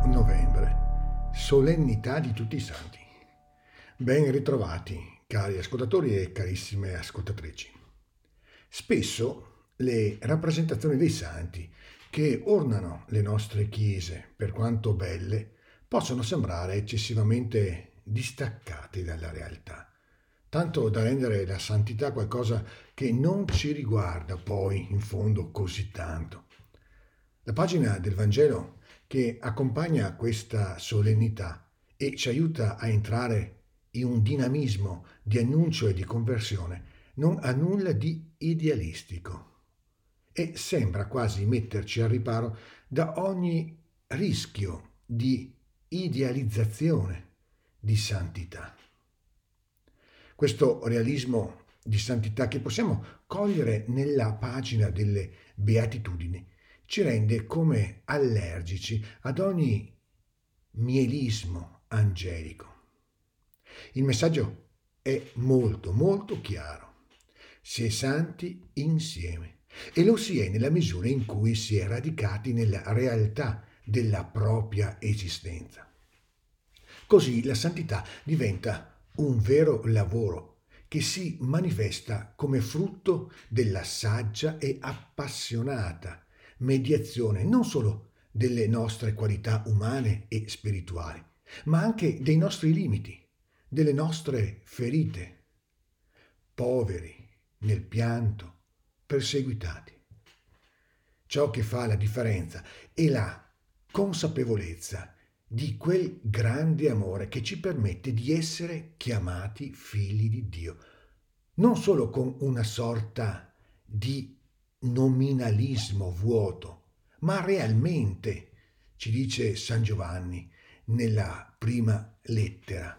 novembre, solennità di tutti i santi. Ben ritrovati, cari ascoltatori e carissime ascoltatrici. Spesso le rappresentazioni dei santi che ornano le nostre chiese, per quanto belle, possono sembrare eccessivamente distaccate dalla realtà, tanto da rendere la santità qualcosa che non ci riguarda poi in fondo così tanto. La pagina del Vangelo che accompagna questa solennità e ci aiuta a entrare in un dinamismo di annuncio e di conversione non ha nulla di idealistico e sembra quasi metterci al riparo da ogni rischio di idealizzazione di santità. Questo realismo di santità che possiamo cogliere nella pagina delle Beatitudini ci rende come allergici ad ogni mielismo angelico. Il messaggio è molto molto chiaro. Si è santi insieme e lo si è nella misura in cui si è radicati nella realtà della propria esistenza. Così la santità diventa un vero lavoro che si manifesta come frutto della saggia e appassionata mediazione non solo delle nostre qualità umane e spirituali, ma anche dei nostri limiti, delle nostre ferite, poveri nel pianto, perseguitati. Ciò che fa la differenza è la consapevolezza di quel grande amore che ci permette di essere chiamati figli di Dio, non solo con una sorta di nominalismo vuoto, ma realmente, ci dice San Giovanni nella prima lettera.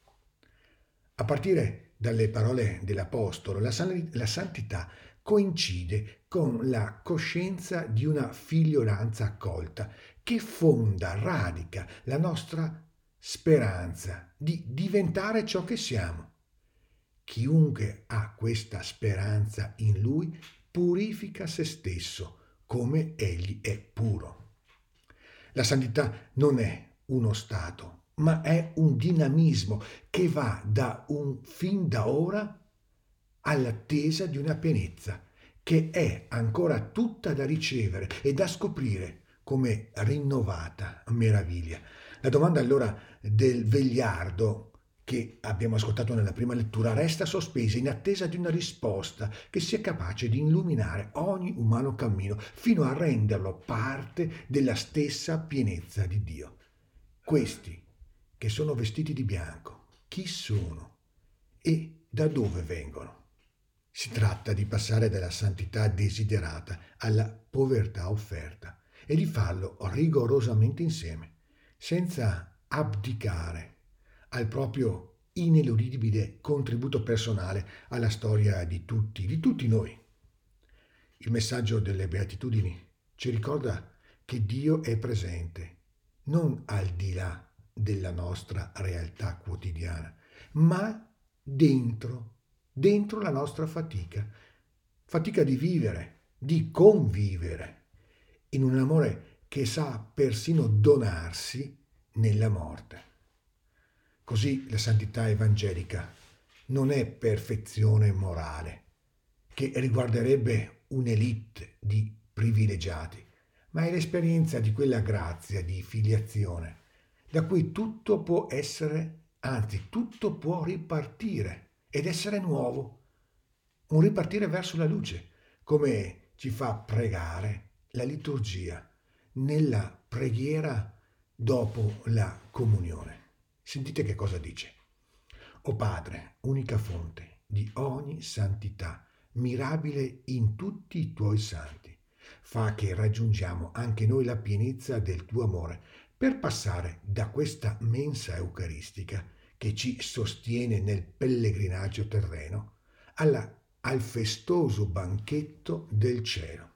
A partire dalle parole dell'Apostolo, la santità coincide con la coscienza di una figliolanza accolta che fonda, radica la nostra speranza di diventare ciò che siamo. Chiunque ha questa speranza in Lui purifica se stesso come Egli è puro. La santità non è uno stato, ma è un dinamismo che va da un fin da ora all'attesa di una pienezza che è ancora tutta da ricevere e da scoprire come rinnovata meraviglia. La domanda allora del vegliardo che abbiamo ascoltato nella prima lettura resta sospesa in attesa di una risposta che sia capace di illuminare ogni umano cammino fino a renderlo parte della stessa pienezza di Dio. Questi che sono vestiti di bianco, chi sono e da dove vengono? Si tratta di passare dalla santità desiderata alla povertà offerta e di farlo rigorosamente insieme, senza abdicare al proprio ineludibile contributo personale alla storia di tutti noi. Il messaggio delle Beatitudini ci ricorda che Dio è presente, non al di là della nostra realtà quotidiana, ma dentro la nostra fatica di vivere, di convivere, in un amore che sa persino donarsi nella morte. Così la santità evangelica non è perfezione morale, che riguarderebbe un'elite di privilegiati, ma è l'esperienza di quella grazia di filiazione, da cui tutto può essere, anzi tutto può ripartire ed essere nuovo, un ripartire verso la luce, come ci fa pregare la liturgia nella preghiera dopo la comunione. Sentite che cosa dice. O Padre, unica fonte di ogni santità, mirabile in tutti i tuoi santi, fa che raggiungiamo anche noi la pienezza del tuo amore per passare da questa mensa eucaristica che ci sostiene nel pellegrinaggio terreno al festoso banchetto del cielo.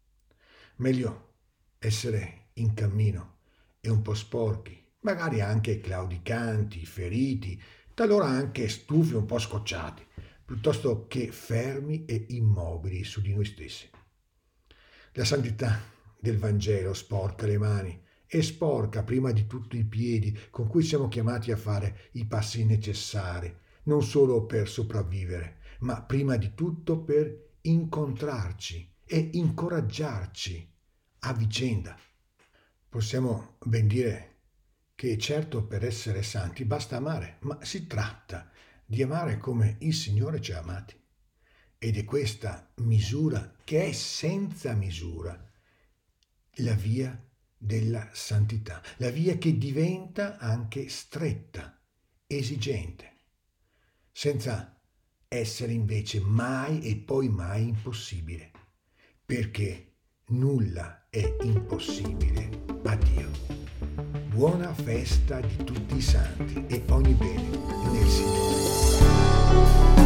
Meglio essere in cammino e un po' sporchi, magari anche claudicanti, feriti, talora anche stufi, un po' scocciati, piuttosto che fermi e immobili su di noi stessi. La santità del Vangelo sporca le mani e sporca prima di tutto i piedi con cui siamo chiamati a fare i passi necessari, non solo per sopravvivere, ma prima di tutto per incontrarci e incoraggiarci a vicenda. Possiamo ben dire che certo per essere santi basta amare, ma si tratta di amare come il Signore ci ha amati. Ed è questa misura che è senza misura la via della santità, la via che diventa anche stretta, esigente, senza essere invece mai e poi mai impossibile, perché nulla è impossibile a Dio. Buona festa di tutti i santi e ogni bene nel Signore.